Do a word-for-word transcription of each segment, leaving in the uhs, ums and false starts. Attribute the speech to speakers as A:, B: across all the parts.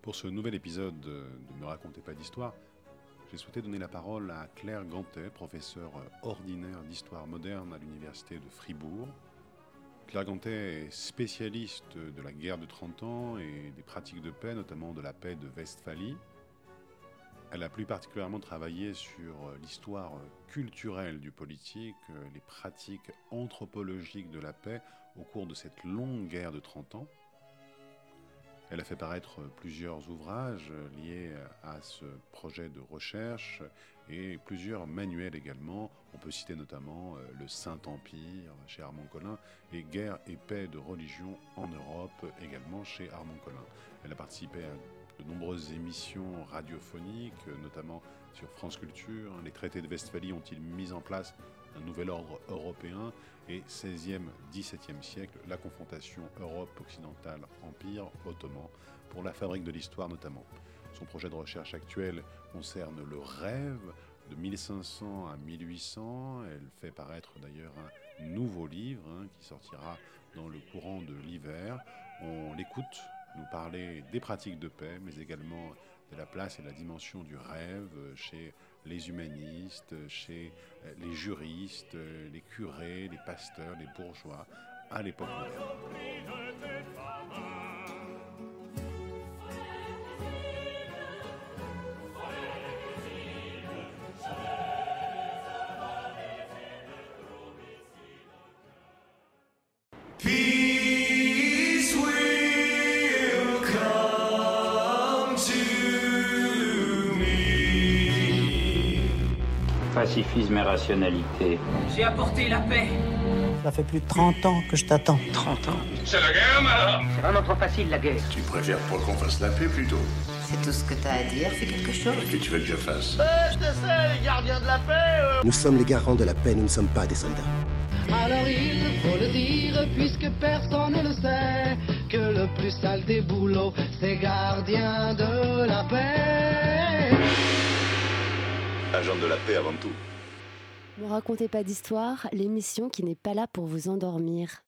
A: Pour ce nouvel épisode de Ne me racontez pas d'histoire, j'ai souhaité donner la parole à Claire Gantet, professeure ordinaire d'histoire moderne à l'université de Fribourg. Claire Gantet est spécialiste de la guerre de trente ans et des pratiques de paix, notamment de la paix de Westphalie. Elle a plus particulièrement travaillé sur l'histoire culturelle du politique, les pratiques anthropologiques de la paix au cours de cette longue guerre de trente ans. Elle a fait paraître plusieurs ouvrages liés à ce projet de recherche et plusieurs manuels également. On peut citer notamment Le Saint-Empire chez Armand Collin et Guerre et paix de religion en Europe également chez Armand Collin. Elle a participé à de nombreuses émissions radiophoniques, notamment sur France Culture. Les traités de Westphalie ont-ils mis en place un nouvel ordre européen et seizième dix-septième siècle, la confrontation Europe occidentale, Empire ottoman, pour la fabrique de l'histoire notamment. Son projet de recherche actuel concerne le rêve de mille cinq cents à mille huit cents. Elle fait paraître d'ailleurs un nouveau livre hein, qui sortira dans le courant de l'hiver. On l'écoute nous parler des pratiques de paix, mais également de la place et de la dimension du rêve chez les humanistes, chez les juristes, les curés, les pasteurs, les bourgeois, à l'époque moderne.
B: Pacifisme et rationalité.
C: J'ai apporté la paix.
D: Ça fait plus de trente ans que je t'attends.
B: trente ans.
E: C'est la guerre, madame.
C: C'est vraiment trop facile, la guerre.
E: Tu préfères pas qu'on fasse la paix, plutôt?
F: C'est tout ce que t'as à dire, fais quelque chose.
E: Qu'est-ce que tu veux que je fasse?
G: Euh, je te sais, les gardiens de la paix euh...
H: Nous sommes les garants de la paix, nous ne sommes pas des soldats.
I: Alors il faut le dire, puisque personne ne le sait, que le plus sale des boulots, c'est gardien de la paix.
E: Agent de la paix avant tout.
J: Ne racontez pas d'histoire, l'émission qui n'est pas là pour vous endormir.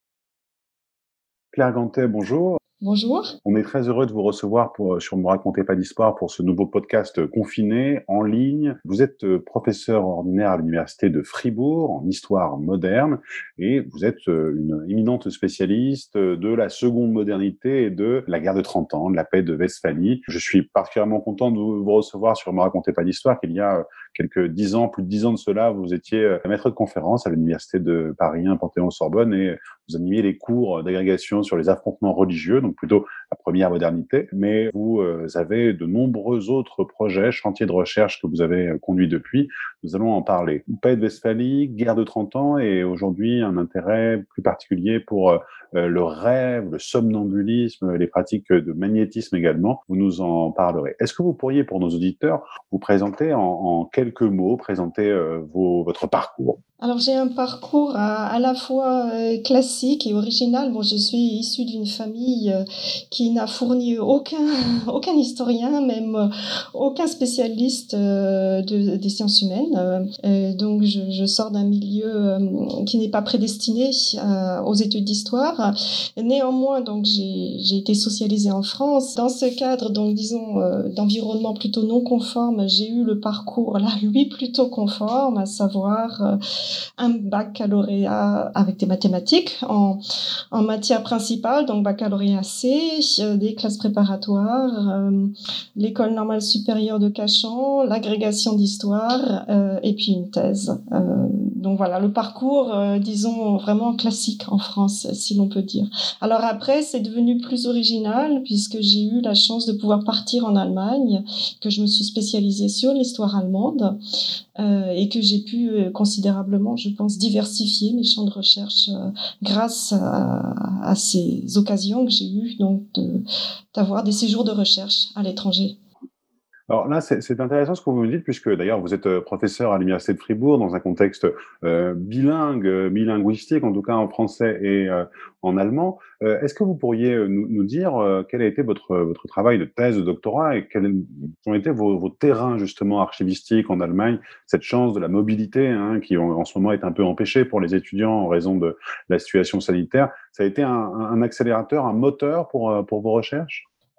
A: Claire Gantet, bonjour.
K: Bonjour.
A: On est très heureux de vous recevoir pour, sur Ne me racontez pas d'histoire pour ce nouveau podcast confiné, en ligne. Vous êtes professeur ordinaire à l'université de Fribourg en histoire moderne et vous êtes une éminente spécialiste de la seconde modernité et de la guerre de trente ans, de la paix de Westphalie. Je suis particulièrement content de vous recevoir sur Ne me racontez pas d'histoire qu'il y a quelques dix ans, plus de dix ans de cela, vous étiez maître de conférence à l'université de Paris un Panthéon-Sorbonne et vous animiez les cours d'agrégation sur les affrontements religieux, donc plutôt la première modernité, mais vous euh, avez de nombreux autres projets, chantiers de recherche que vous avez euh, conduits depuis. Nous allons en parler. Paix de Westphalie, guerre de trente ans et aujourd'hui un intérêt plus particulier pour euh, le rêve, le somnambulisme, les pratiques de magnétisme également. Vous nous en parlerez. Est-ce que vous pourriez, pour nos auditeurs, vous présenter en, en quelques mots, présenter euh, vos, votre parcours?
K: Alors j'ai un parcours à, à la fois euh, classique et original. Bon, je suis issue d'une famille euh, qui n'a fourni aucun aucun historien, même euh, aucun spécialiste euh, de, des sciences humaines. Euh, donc je, je sors d'un milieu euh, qui n'est pas prédestiné euh, aux études d'histoire. Néanmoins, donc j'ai j'ai été socialisée en France. Dans ce cadre, donc disons euh, d'environnement plutôt non conforme, j'ai eu le parcours là lui plutôt conforme, à savoir euh, un baccalauréat avec des mathématiques en, en matière principale, donc baccalauréat C, euh, des classes préparatoires, euh, l'école normale supérieure de Cachan, l'agrégation d'histoire euh, et puis une thèse. Euh, donc voilà, le parcours, euh, disons, vraiment classique en France, si l'on peut dire. Alors après, c'est devenu plus original puisque j'ai eu la chance de pouvoir partir en Allemagne, que je me suis spécialisée sur l'histoire allemande euh, et que j'ai pu euh, considérablement, je pense, diversifier mes champs de recherche euh, grâce à, à ces occasions que j'ai eues donc de, d'avoir des séjours de recherche à l'étranger.
A: Alors là, c'est, c'est intéressant ce que vous me dites, puisque d'ailleurs vous êtes professeur à l'université de Fribourg dans un contexte euh, bilingue, bilinguistique, en tout cas en français et euh, en allemand. Euh, est-ce que vous pourriez nous, nous dire euh, quel a été votre, votre travail de thèse, de doctorat, et quels ont été vos, vos terrains justement archivistiques en Allemagne, cette chance de la mobilité hein, qui en, en ce moment est un peu empêchée pour les étudiants en raison de la situation sanitaire. Ça a été un, un accélérateur, un moteur pour, pour vos recherches ?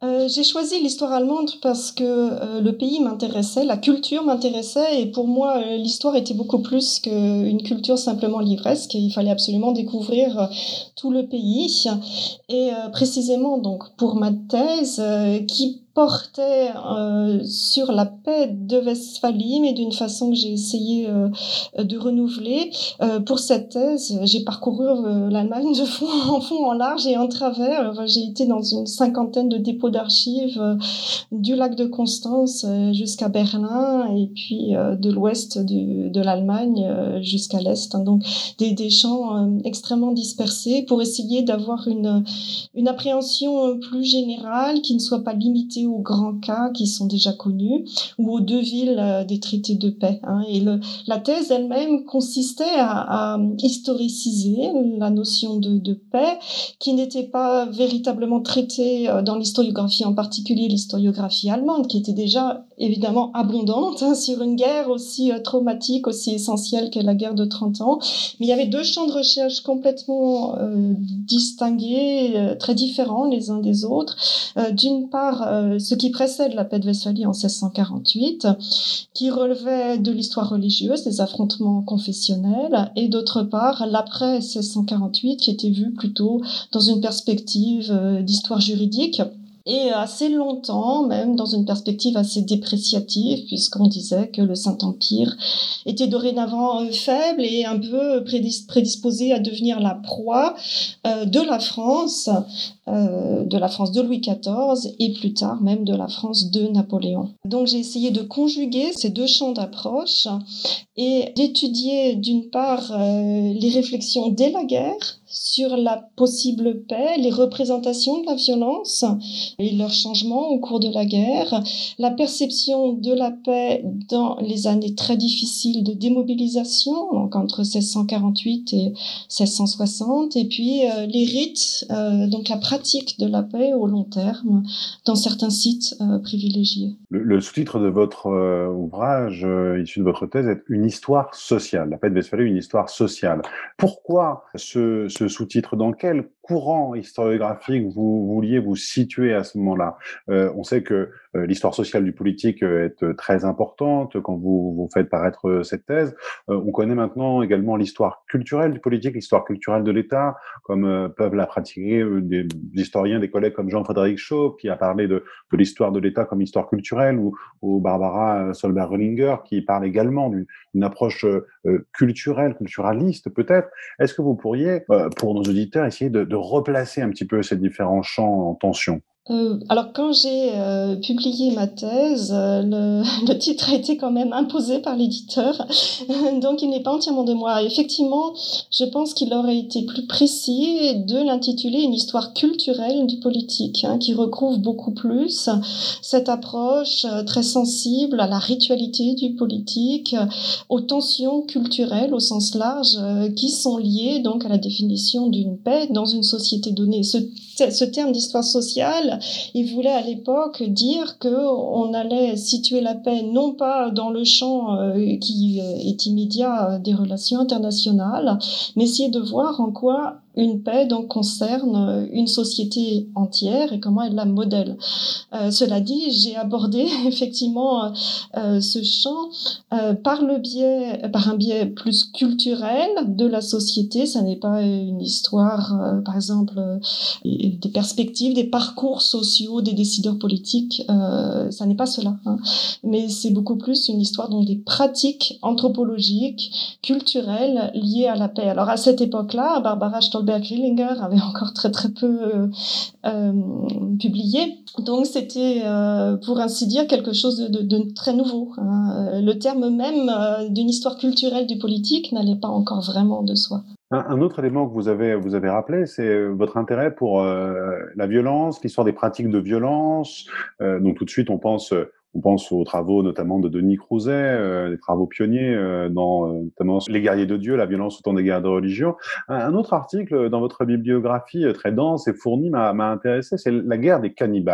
K: Euh, j'ai choisi l'histoire allemande parce que euh, le pays m'intéressait, la culture m'intéressait et pour moi euh, l'histoire était beaucoup plus qu'une culture simplement livresque. Il fallait absolument découvrir euh, tout le pays et euh, précisément donc pour ma thèse euh, qui portait euh, sur la paix de Westphalie, mais d'une façon que j'ai essayé euh, de renouveler. Euh, pour cette thèse, j'ai parcouru euh, l'Allemagne de fond en fond, en large et en travers. Enfin, j'ai été dans une cinquantaine de dépôts d'archives, euh, du lac de Constance euh, jusqu'à Berlin, et puis euh, de l'ouest du, de l'Allemagne euh, jusqu'à l'est. Hein, donc des, des champs euh, extrêmement dispersés pour essayer d'avoir une, une appréhension plus générale qui ne soit pas limitée aux grands cas qui sont déjà connus ou aux deux villes euh, des traités de paix. Hein. Et le, la thèse elle-même consistait à, à historiciser la notion de, de paix qui n'était pas véritablement traitée euh, dans l'historiographie, en particulier l'historiographie allemande, qui était déjà évidemment abondante hein, sur une guerre aussi euh, traumatique, aussi essentielle qu'est la guerre de trente ans. Mais il y avait deux champs de recherche complètement euh, distingués, euh, très différents les uns des autres. Euh, d'une part, euh, ce qui précède la paix de Westphalie en seize cent quarante-huit, qui relevait de l'histoire religieuse, des affrontements confessionnels, et d'autre part, l'après seize cent quarante-huit, qui était vu plutôt dans une perspective euh, d'histoire juridique, et assez longtemps, même dans une perspective assez dépréciative, puisqu'on disait que le Saint-Empire était dorénavant faible et un peu prédisposé à devenir la proie euh, de la France, euh, de la France de Louis quatorze et plus tard même de la France de Napoléon. Donc j'ai essayé de conjuguer ces deux champs d'approche et d'étudier d'une part euh, les réflexions dès la guerre sur la possible paix, les représentations de la violence et leur changement au cours de la guerre, la perception de la paix dans les années très difficiles de démobilisation, donc entre seize cent quarante-huit et seize cent soixante, et puis euh, les rites, euh, donc la pratique de la paix au long terme dans certains sites euh, privilégiés.
B: Le, le sous-titre de votre euh, ouvrage, euh, issu de votre thèse, est Une histoire sociale. La paix de Westphalie, une histoire sociale. Pourquoi ce, ce sous-titre? Dans quel courant historiographique vous vouliez vous situer à ce moment-là? euh, On sait que euh, l'histoire sociale du politique euh, est euh, très importante quand vous, vous faites paraître euh, cette thèse. Euh, on connaît maintenant également l'histoire culturelle du politique, l'histoire culturelle de l'État, comme euh, peuvent la pratiquer euh, des, des historiens, des collègues comme Jean-Frédéric Shaw, qui a parlé de, de l'histoire de l'État comme histoire culturelle, ou, ou Barbara Solberg-Rollinger, qui parle également d'une, d'une approche euh, culturelle, culturaliste peut-être. Est-ce que vous pourriez, euh, pour nos auditeurs, essayer de, de replacer un petit peu ces différents champs en tension?
K: Euh, alors quand j'ai euh, publié ma thèse, euh, le, le titre a été quand même imposé par l'éditeur, donc il n'est pas entièrement de moi. Effectivement, je pense qu'il aurait été plus précis de l'intituler Une histoire culturelle du politique, hein, qui recouvre beaucoup plus cette approche euh, très sensible à la ritualité du politique, euh, aux tensions culturelles au sens large, euh, qui sont liées donc à la définition d'une paix dans une société donnée. Ce, ce terme d'histoire sociale, il voulait à l'époque dire qu'on allait situer la paix non pas dans le champ euh, qui est immédiat des relations internationales, mais essayer de voir en quoi une paix donc concerne une société entière et comment elle la modèle. Euh, cela dit, j'ai abordé effectivement euh, ce champ euh, par le biais, par un biais plus culturel de la société. Ça n'est pas une histoire, euh, par exemple, euh, des perspectives, des parcours sociaux des décideurs politiques. Euh, ça n'est pas cela, hein. Mais c'est beaucoup plus une histoire donc des pratiques anthropologiques, culturelles liées à la paix. Alors à cette époque-là, Barbara Stolberg-Rillinger avait encore très très peu euh, euh, publié, donc c'était euh, pour ainsi dire quelque chose de, de, de très nouveau, hein. Le terme même euh, d'une histoire culturelle du politique n'allait pas encore vraiment de soi.
B: Un, un autre élément que vous avez, vous avez rappelé, c'est votre intérêt pour euh, la violence, l'histoire des pratiques de violence. Euh, donc tout de suite, on pense... On pense aux travaux notamment de Denis Crouzet, euh, des travaux pionniers euh, dans euh, notamment Les guerriers de Dieu, la violence au temps des guerres de religion. Un, un autre article dans votre bibliographie euh, très dense et fournie m'a, m'a intéressé, c'est la guerre des cannibales.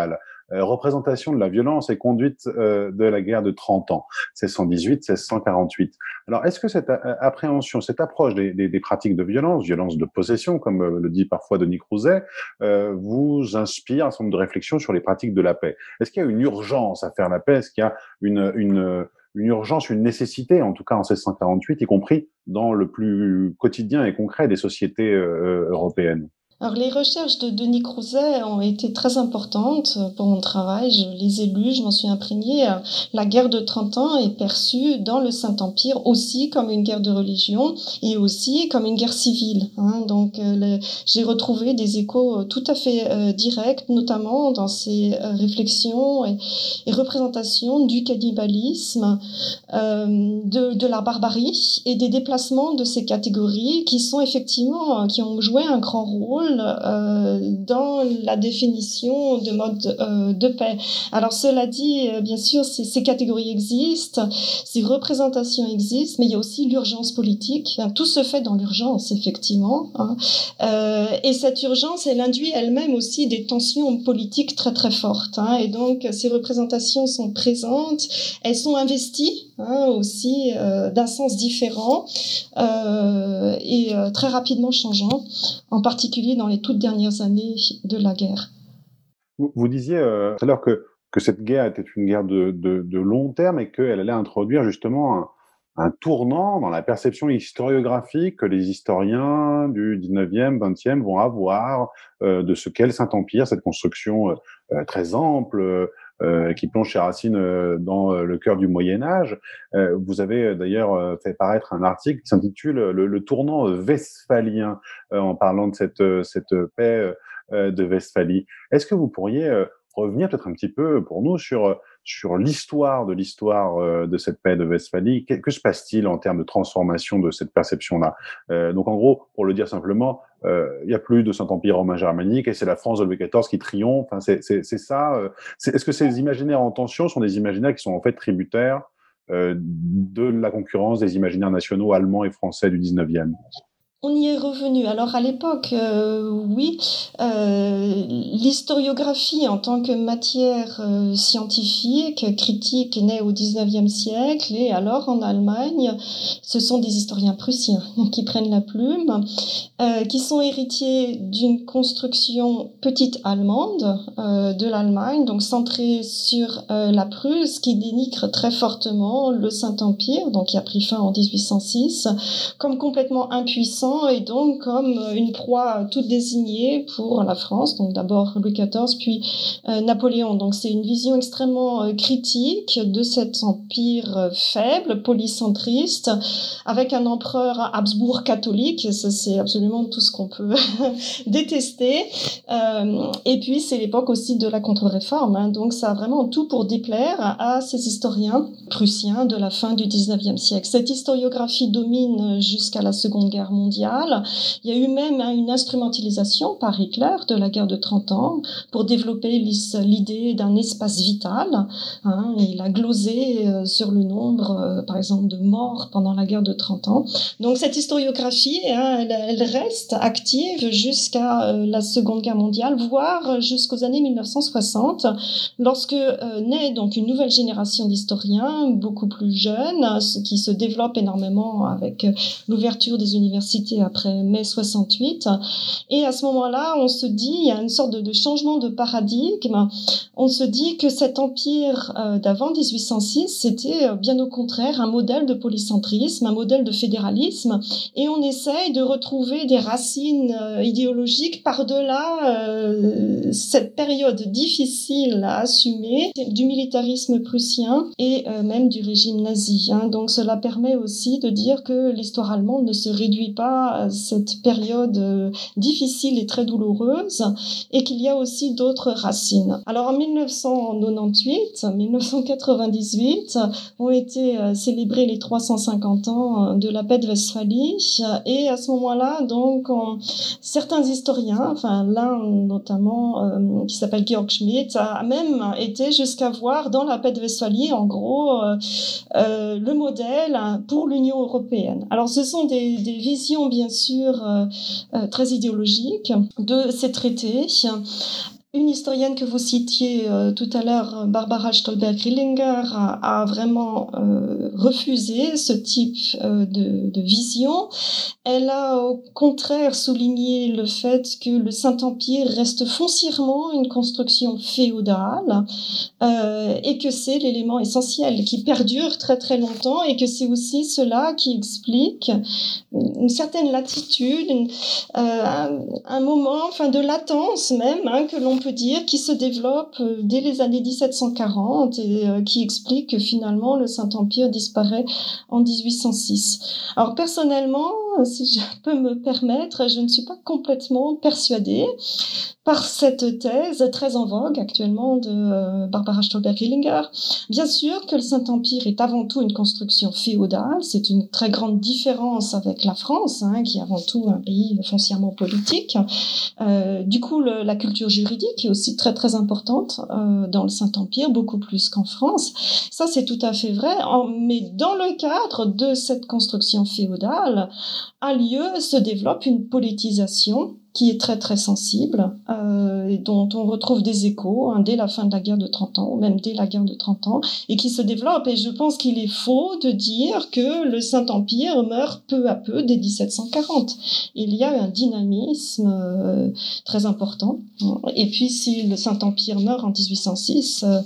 B: euh, représentation de la violence et conduite euh, de la guerre de trente ans, seize cent dix-huit seize cent quarante-huit. Alors, est-ce que cette a- appréhension, cette approche des, des, des pratiques de violence, violence de possession, comme euh, le dit parfois Denis Crouzet, euh, vous inspire un certain nombre de réflexions sur les pratiques de la paix? Est-ce qu'il y a une urgence à faire la paix? Est-ce qu'il y a une, une, une urgence, une nécessité, en tout cas en seize cent quarante-huit, y compris dans le plus quotidien et concret des sociétés euh, européennes?
K: Alors, les recherches de Denis Crouzet ont été très importantes pour mon travail. Je les ai lues, je m'en suis imprégnée. La guerre de trente ans est perçue dans le Saint-Empire aussi comme une guerre de religion et aussi comme une guerre civile. Hein. Donc, euh, les, j'ai retrouvé des échos tout à fait euh, directs, notamment dans ces euh, réflexions et, et représentations du cannibalisme, euh, de, de la barbarie et des déplacements de ces catégories qui sont effectivement, qui ont joué un grand rôle Euh, dans la définition de mode euh, de paix. Alors cela dit, euh, bien sûr, ces, ces catégories existent, ces représentations existent, mais il y a aussi l'urgence politique. Tout se fait dans l'urgence, effectivement. Hein. Euh, et cette urgence, elle induit elle-même aussi des tensions politiques très très fortes. Hein. Et donc, ces représentations sont présentes, elles sont investies hein, aussi euh, d'un sens différent euh, et euh, très rapidement changeant, en particulier dans les toutes dernières années de la guerre.
B: Vous, vous disiez euh, tout à l'heure que, que cette guerre était une guerre de, de, de long terme et qu'elle allait introduire justement un, un tournant dans la perception historiographique que les historiens du dix-neuvième, vingtième vont avoir euh, de ce qu'est le Saint-Empire, cette construction euh, très ample, Euh, qui plonge ses racines euh, dans euh, le cœur du Moyen-Âge. Euh, vous avez euh, d'ailleurs euh, fait paraître un article qui s'intitule le, le tournant westphalien euh, en parlant de cette, euh, cette paix euh, de Westphalie. Est-ce que vous pourriez euh, revenir peut-être un petit peu pour nous sur, sur l'histoire de l'histoire euh, de cette paix de Westphalie? Que, que se passe-t-il en termes de transformation de cette perception-là? euh, Donc en gros, pour le dire simplement, il euh, n'y a plus de Saint-Empire romain germanique et c'est la France de Louis quatorze qui triomphe. Enfin, c'est, c'est, c'est ça. Euh, c'est, est-ce que ces imaginaires en tension sont des imaginaires qui sont en fait tributaires euh, de la concurrence des imaginaires nationaux allemands et français du dix-neuvième?
K: On y est revenu. Alors à l'époque, euh, oui, euh, l'historiographie en tant que matière euh, scientifique, critique, naît au dix-neuvième siècle, et alors en Allemagne, ce sont des historiens prussiens qui prennent la plume, euh, qui sont héritiers d'une construction petite allemande euh, de l'Allemagne, donc centrée sur euh, la Prusse, qui dénigre très fortement le Saint-Empire, donc qui a pris fin en dix-huit cent six, comme complètement impuissant et donc comme une proie toute désignée pour la France, donc d'abord Louis quatorze, puis euh, Napoléon. Donc c'est une vision extrêmement euh, critique de cet empire euh, faible, polycentriste, avec un empereur Habsbourg catholique, ça c'est absolument tout ce qu'on peut détester. Euh, et puis c'est l'époque aussi de la contre-réforme, hein, donc ça a vraiment tout pour déplaire à ces historiens prussiens de la fin du dix-neuvième siècle. Cette historiographie domine jusqu'à la Seconde Guerre mondiale. Il y a eu même hein, une instrumentalisation par Hitler de la guerre de trente ans pour développer l'idée d'un espace vital. Hein, il a glosé euh, sur le nombre, euh, par exemple, de morts pendant la guerre de trente ans. Donc cette historiographie, hein, elle, elle reste active jusqu'à euh, la Seconde Guerre mondiale, voire jusqu'aux années mille neuf cent soixante, lorsque euh, naît donc une nouvelle génération d'historiens, beaucoup plus jeunes, qui se développe énormément avec euh, l'ouverture des universités après mai soixante-huit. Et à ce moment-là, on se dit, il y a une sorte de, de changement de paradigme. On se dit que cet empire euh, d'avant dix-huit cent six, c'était euh, bien au contraire un modèle de polycentrisme, un modèle de fédéralisme. Et on essaye de retrouver des racines euh, idéologiques par-delà euh, cette période difficile à assumer du militarisme prussien et euh, même du régime nazi. Hein. Donc cela permet aussi de dire que l'histoire allemande ne se réduit pas à cette période euh, difficile et très douloureuse, et qu'il y a aussi d'autres racines. Alors en mille neuf cent quatre-vingt-dix-huit, mille neuf cent quatre-vingt-dix-huit ont été euh, célébrés les trois cent cinquante ans de la paix de Westphalie, et à ce moment-là, donc, on, certains historiens, enfin l'un notamment euh, qui s'appelle Georg Schmidt, a même été jusqu'à voir dans la paix de Westphalie, en gros, euh, euh, le modèle pour l'Union européenne. Alors ce sont des, des visions bien sûr euh, euh, très idéologiques de ces traités. Une historienne que vous citiez euh, tout à l'heure, Barbara Stolberg-Rillinger, a, a vraiment euh, refusé ce type euh, de, de vision. Elle a au contraire souligné le fait que le Saint-Empire reste foncièrement une construction féodale euh, et que c'est l'élément essentiel qui perdure très très longtemps et que c'est aussi cela qui explique une certaine latitude, une, euh, un, un moment enfin, de latence même hein, que l'on peut dire, qui se développe dès les années dix-sept cent quarante et euh, qui explique que finalement le Saint-Empire disparaît en dix-huit cent six. Alors personnellement, si je peux me permettre, je ne suis pas complètement persuadée par cette thèse très en vogue actuellement de euh, Barbara Stolberg-Rillinger. Bien sûr que le Saint-Empire est avant tout une construction féodale, c'est une très grande différence avec la France, hein, qui est avant tout un pays foncièrement politique. Euh, du coup, le, la culture juridique est aussi très très importante euh, dans le Saint-Empire, beaucoup plus qu'en France. Ça, c'est tout à fait vrai, en, mais dans le cadre de cette construction féodale, a lieu, se développe une politisation qui est très très sensible euh, et dont on retrouve des échos hein, dès la fin de la guerre de trente ans, ou même dès la guerre de trente ans, et qui se développe. Et je pense qu'il est faux de dire que le Saint-Empire meurt peu à peu dès dix-sept cent quarante. Il y a un dynamisme euh, très important. Et puis si le Saint-Empire meurt en dix-huit cent six... Euh,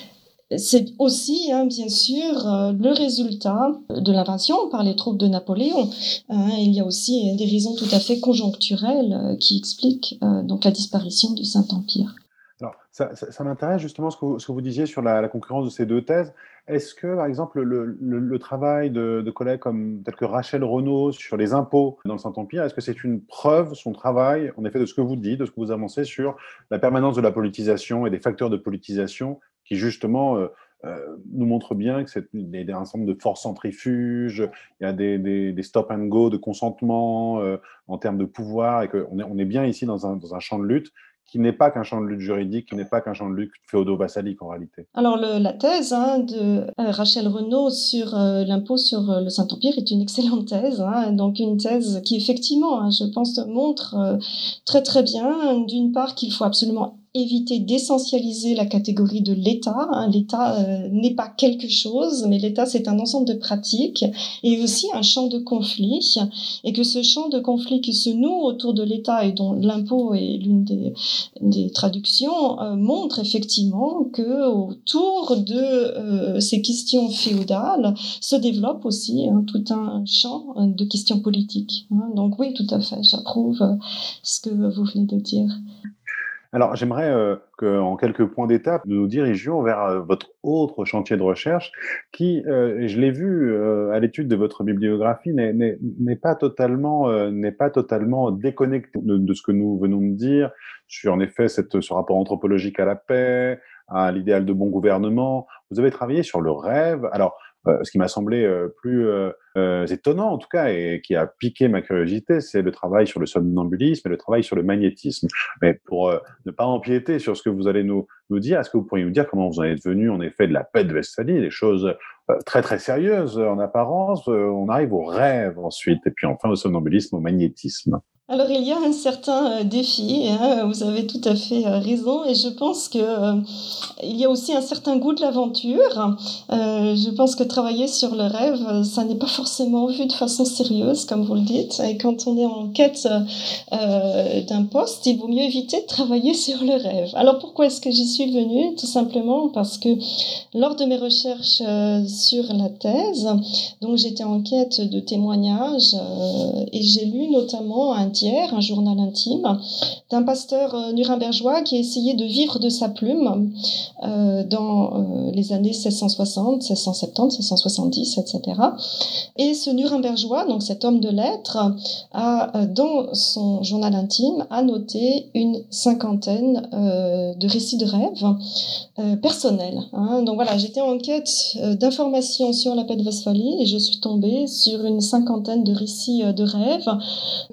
K: c'est aussi, hein, bien sûr, euh, le résultat de l'invasion par les troupes de Napoléon. Hein, il y a aussi des raisons tout à fait conjoncturelles euh, qui expliquent euh, donc la disparition du Saint-Empire.
B: Alors, ça, ça, ça m'intéresse justement ce que vous, ce que vous disiez sur la, la concurrence de ces deux thèses. Est-ce que, par exemple, le, le, le travail de, de collègues comme tel que Rachel Renaud sur les impôts dans le Saint-Empire, est-ce que c'est une preuve, son travail, en effet, de ce que vous dites, de ce que vous avancez sur la permanence de la politisation et des facteurs de politisation qui, justement, euh, euh, nous montrent bien que c'est un ensemble de forces centrifuges, il y a des, des, des stop and go de consentement euh, en termes de pouvoir, et qu'on est, on est bien ici dans un, dans un champ de lutte qui n'est pas qu'un champ de lutte juridique, qui n'est pas qu'un champ de lutte féodo-vassalique en réalité.
K: Alors le, la thèse hein, de euh, Rachel Renaud sur euh, l'impôt sur euh, le Saint-Empire est une excellente thèse, hein, donc une thèse qui effectivement, hein, je pense, montre euh, très très bien, d'une part, qu'il faut absolument éviter d'essentialiser la catégorie de l'État. Hein. L'État euh, n'est pas quelque chose, mais l'État, c'est un ensemble de pratiques et aussi un champ de conflit, et que ce champ de conflit qui se noue autour de l'État et dont l'impôt est l'une des, des traductions, euh, montre effectivement que autour de euh, ces questions féodales se développe aussi hein, tout un champ de questions politiques. Hein. Donc oui, tout à fait, j'approuve ce que vous venez de dire.
B: Alors, j'aimerais euh, qu'en quelques points d'étape, nous nous dirigions vers euh, votre autre chantier de recherche qui, euh, je l'ai vu euh, à l'étude de votre bibliographie, n'est, n'est, n'est pas totalement, euh, n'est pas totalement déconnecté de, de ce que nous venons de dire sur, en effet, cette, ce rapport anthropologique à la paix, à l'idéal de bon gouvernement. Vous avez travaillé sur le rêve. Alors, Euh, ce qui m'a semblé euh, plus euh, euh, étonnant, en tout cas, et qui a piqué ma curiosité, c'est le travail sur le somnambulisme et le travail sur le magnétisme. Mais pour euh, ne pas empiéter sur ce que vous allez nous, nous dire, est-ce que vous pourriez nous dire comment vous en êtes venu, en effet, de la paix de Westphalie, des choses euh, très, très sérieuses en apparence, euh, on arrive au rêve ensuite, et puis enfin au somnambulisme, au magnétisme.
K: Alors il y a un certain euh, défi, hein, vous avez tout à fait euh, raison, et je pense que euh, il y a aussi un certain goût de l'aventure. Euh, je pense que travailler sur le rêve, ça n'est pas forcément vu de façon sérieuse, comme vous le dites, et quand on est en quête euh, d'un poste, il vaut mieux éviter de travailler sur le rêve. Alors pourquoi est-ce que j'y suis venue? Tout simplement parce que lors de mes recherches euh, sur la thèse, donc j'étais en quête de témoignages euh, et j'ai lu notamment un un journal intime d'un pasteur euh, nurembergeois qui a essayé de vivre de sa plume euh, dans euh, les années seize cent soixante, seize cent soixante-dix, seize cent soixante-dix, et cetera. Et ce nurembergeois, donc cet homme de lettres, a, euh, dans son journal intime, a noté une cinquantaine euh, de récits de rêves euh, personnels. Hein. Donc voilà, j'étais en quête euh, d'informations sur la paix de Westphalie et je suis tombée sur une cinquantaine de récits euh, de rêves couchés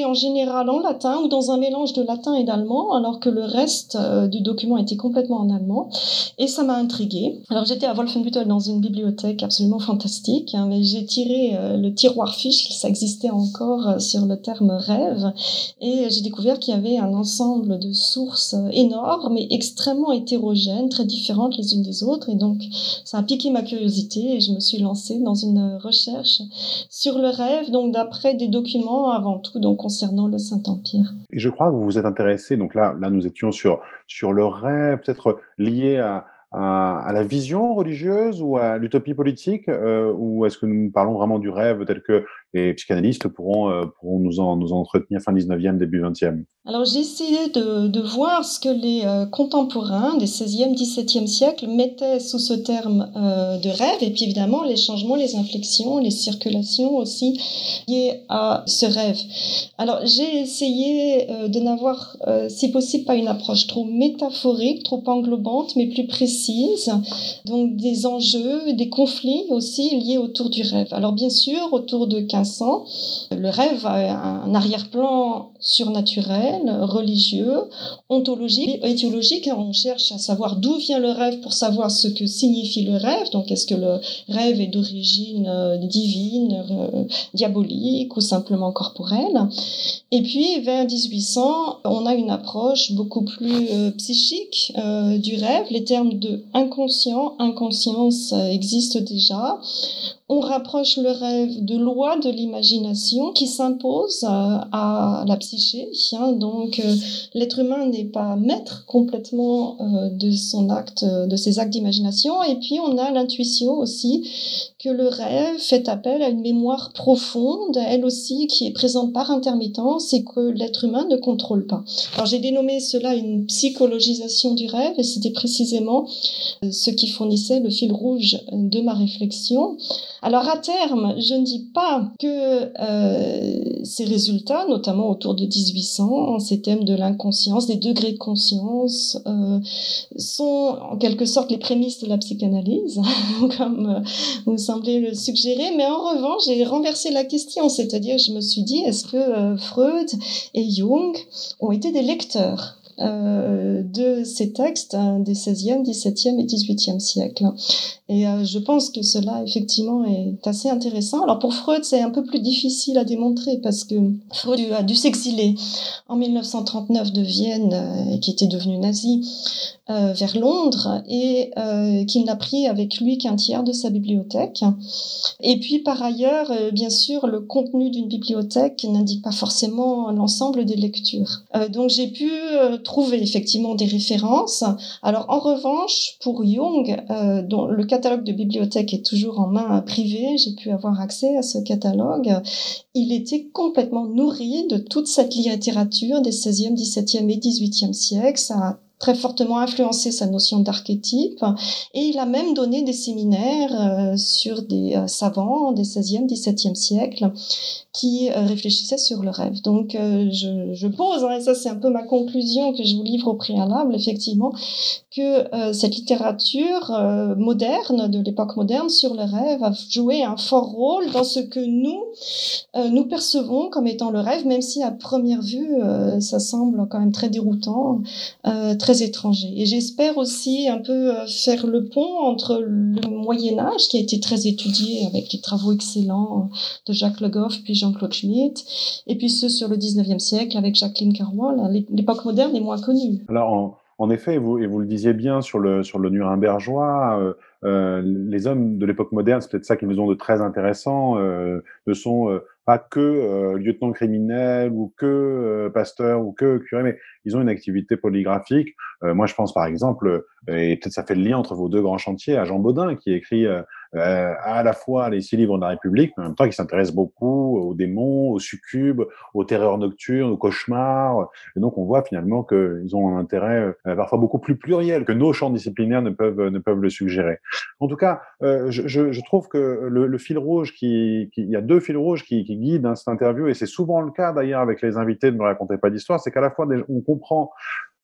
K: en général en latin ou dans un mélange de latin et d'allemand, alors que le reste euh, du document était complètement en allemand. Et ça m'a intriguée. Alors j'étais à Wolfenbüttel dans une bibliothèque absolument fantastique, hein, mais j'ai tiré euh, le tiroir fiche, ça existait encore euh, sur le terme rêve, et j'ai découvert qu'il y avait un ensemble de sources euh, énormes et extrêmement hétérogènes, très différentes les unes des autres, et donc ça a piqué ma curiosité et je me suis lancée dans une recherche sur le rêve, donc d'après des documents avant tout donc concernant le Saint-Empire.
B: Et je crois que vous vous êtes intéressé, donc là, là nous étions sur, sur le rêve, peut-être lié à, à, à la vision religieuse ou à l'utopie politique, euh, ou est-ce que nous parlons vraiment du rêve tel que les psychanalystes pourront, euh, pourront nous, en, nous en entretenir fin dix-neuvième, début vingtième?
K: Alors j'ai essayé de, de voir ce que les euh, contemporains des seizième, dix-septième siècle mettaient sous ce terme euh, de rêve, et puis évidemment les changements, les inflexions, les circulations aussi liées à ce rêve. Alors j'ai essayé euh, de n'avoir, euh, si possible, pas une approche trop métaphorique, trop englobante, mais plus précise, donc des enjeux, des conflits aussi liés autour du rêve. Alors bien sûr, autour de quinze cents, le rêve a un arrière-plan surnaturel, religieux, ontologique, étiologique. On cherche à savoir d'où vient le rêve pour savoir ce que signifie le rêve. Donc, est-ce que le rêve est d'origine euh, divine, euh, diabolique ou simplement corporelle? Et puis, vers dix-huit cents, on a une approche beaucoup plus euh, psychique euh, du rêve. Les termes de inconscient, inconscience euh, existent déjà. On rapproche le rêve de lois de l'imagination qui s'imposent euh, à la psyché. Hein. Donc, euh, l'être humain n'est pas maître complètement euh, de son acte, de ses actes d'imagination. Et puis, on a l'intuition aussi que le rêve fait appel à une mémoire profonde, elle aussi, qui est présente par intermittence et que l'être humain ne contrôle pas. Alors, j'ai dénommé cela une psychologisation du rêve, et c'était précisément ce qui fournissait le fil rouge de ma réflexion. Alors, à terme, je ne dis pas que euh, ces résultats, notamment autour de dix-huit cents, ces thèmes de l'inconscience, des degrés de conscience, euh, sont en quelque sorte les prémices de la psychanalyse, comme euh, vous semblez le suggérer, mais en revanche, j'ai renversé la question, c'est-à-dire je me suis dit, est-ce que euh, Freud et Jung ont été des lecteurs Euh, de ces textes hein, des seizième, dix-septième et dix-huitième siècle. Et euh, je pense que cela, effectivement, est assez intéressant. Alors, pour Freud, c'est un peu plus difficile à démontrer parce que Freud a dû s'exiler en mille neuf cent trente-neuf de Vienne, euh, qui était devenu nazi, euh, vers Londres, et euh, qu'il n'a pris avec lui qu'un tiers de sa bibliothèque. Et puis, par ailleurs, euh, bien sûr, le contenu d'une bibliothèque n'indique pas forcément l'ensemble des lectures. Euh, donc, j'ai pu euh, trouver effectivement des références. Alors, en revanche, pour Jung, euh, dont le catalogue de bibliothèque est toujours en main privée, j'ai pu avoir accès à ce catalogue, il était complètement nourri de toute cette littérature des seizième, dix-septième et dix-huitième siècles. Ça a très fortement influencé sa notion d'archétype, et il a même donné des séminaires euh, sur des euh, savants des seizième, dix-septième siècle qui euh, réfléchissaient sur le rêve. Donc euh, je, je pose, hein, et ça c'est un peu ma conclusion que je vous livre au préalable, effectivement, que euh, cette littérature euh, moderne, de l'époque moderne, sur le rêve, a joué un fort rôle dans ce que nous, euh, nous percevons comme étant le rêve, même si à première vue, euh, ça semble quand même très déroutant, euh, très étranger. Et j'espère aussi un peu euh, faire le pont entre le Moyen-Âge, qui a été très étudié avec les travaux excellents de Jacques Le Goff, puis Jean-Claude Schmitt, et puis ceux sur le dix-neuvième siècle avec Jacqueline Carroll. L'époque moderne est moins connue.
B: Alors, en... En effet, et vous, et vous le disiez bien sur le, sur le Nurembergeois, euh, euh, les hommes de l'époque moderne, c'est peut-être ça qu'ils nous ont de très intéressant, euh, ne sont euh, pas que euh, lieutenants criminels ou que euh, pasteurs ou que curés, mais ils ont une activité polygraphique. Euh, moi, je pense par exemple, et peut-être ça fait le lien entre vos deux grands chantiers, à Jean Bodin, qui écrit euh, euh, à la fois les six livres de la République, mais en même temps qui s'intéresse beaucoup aux démons, aux succubes, aux terreurs nocturnes, aux cauchemars. Et donc, on voit finalement qu'ils ont un intérêt euh, parfois beaucoup plus pluriel que nos champs disciplinaires ne peuvent, ne peuvent le suggérer. En tout cas, euh, je, je, je trouve que le, le fil rouge, qui, qui, il y a deux fils rouges qui, qui guident hein, cette interview, et c'est souvent le cas d'ailleurs avec les invités de Ne racontez pas d'histoire, c'est qu'à la fois on comprend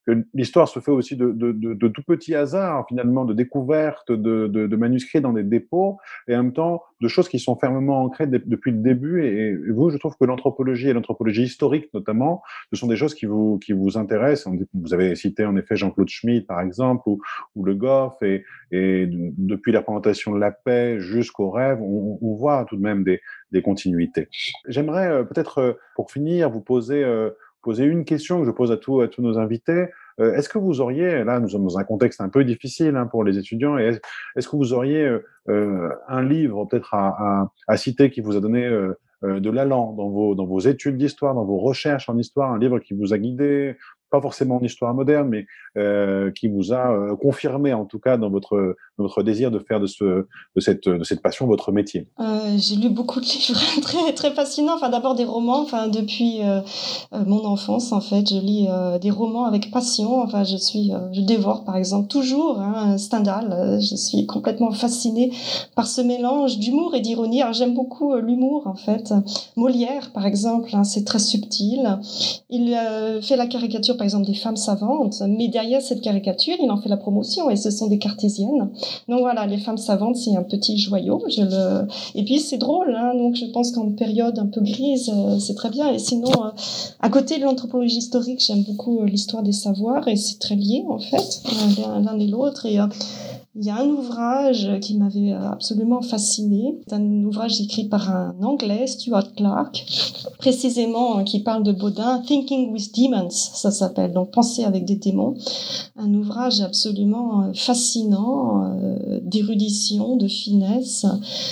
B: que l'histoire se fait aussi de, de, de, de tout petits hasards, finalement, de découvertes de, de, de manuscrits dans des dépôts, et en même temps de choses qui sont fermement ancrées de, depuis le début. Et, et vous, je trouve que l'anthropologie et l'anthropologie historique, notamment, ce sont des choses qui vous, qui vous intéressent. Vous avez cité en effet Jean-Claude Schmitt, par exemple, ou, ou Le Goff, et, et depuis la représentation de la paix jusqu'au rêve, on, on voit tout de même des, des continuités. J'aimerais euh, peut-être, euh, pour finir, vous poser, euh, poser une question que je pose à, tout, à tous nos invités. Euh, est-ce que vous auriez, là nous sommes dans un contexte un peu difficile hein, pour les étudiants, et est-ce, est-ce que vous auriez euh, un livre peut-être à, à, à citer qui vous a donné euh, euh, de l'allant dans vos, dans vos études d'histoire, dans vos recherches en histoire, un livre qui vous a guidé, pas forcément en histoire moderne, mais euh, qui vous a euh, confirmé en tout cas dans votre, dans votre désir de faire de, ce, de, cette, de cette passion votre métier?
K: euh, J'ai lu beaucoup de livres très, très fascinants, enfin d'abord des romans, enfin depuis euh, euh, mon enfance en fait, je lis euh, des romans avec passion, enfin je suis, euh, je dévore par exemple toujours hein, Stendhal, euh, je suis complètement fascinée par ce mélange d'humour et d'ironie. Alors j'aime beaucoup euh, l'humour en fait. Molière par exemple, hein, c'est très subtil, il euh, fait la caricature par exemple des femmes savantes, mais derrière cette caricature, il en fait la promotion et ce sont des cartésiennes. Donc voilà, les femmes savantes, c'est un petit joyau. Je le... Et puis c'est drôle, hein, donc je pense qu'en période un peu grise, euh, c'est très bien. Et sinon, euh, à côté de l'anthropologie historique, j'aime beaucoup euh, l'histoire des savoirs et c'est très lié en fait, euh, l'un et l'autre. Et euh, il y a un ouvrage qui m'avait absolument fascinée. C'est un ouvrage écrit par un Anglais, Stuart Clark, précisément qui parle de Bodin, Thinking with Demons, ça s'appelle, donc Penser avec des démons. Un ouvrage absolument fascinant, euh, d'érudition, de finesse,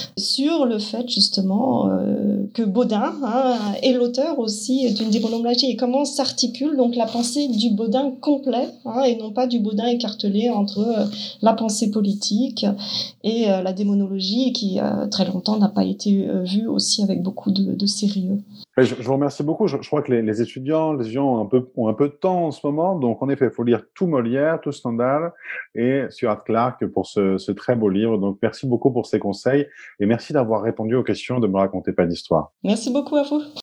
K: sur le fait justement euh, que Bodin hein, est l'auteur aussi d'une démonologie et comment s'articule donc la pensée du Bodin complet hein, et non pas du Bodin écartelé entre euh, la pensée politique et euh, la démonologie qui euh, très longtemps n'a pas été euh, vue aussi avec beaucoup de, de sérieux.
B: Je, je vous remercie beaucoup. Je, je crois que les, les étudiants, les étudiants ont un peu, ont un peu de temps en ce moment, donc en effet, il faut lire tout Molière, tout Stendhal et Stuart Clark pour ce, ce très beau livre. Donc merci beaucoup pour ces conseils et merci d'avoir répondu aux questions de Me raconter pas d'histoire.
K: Merci beaucoup à vous.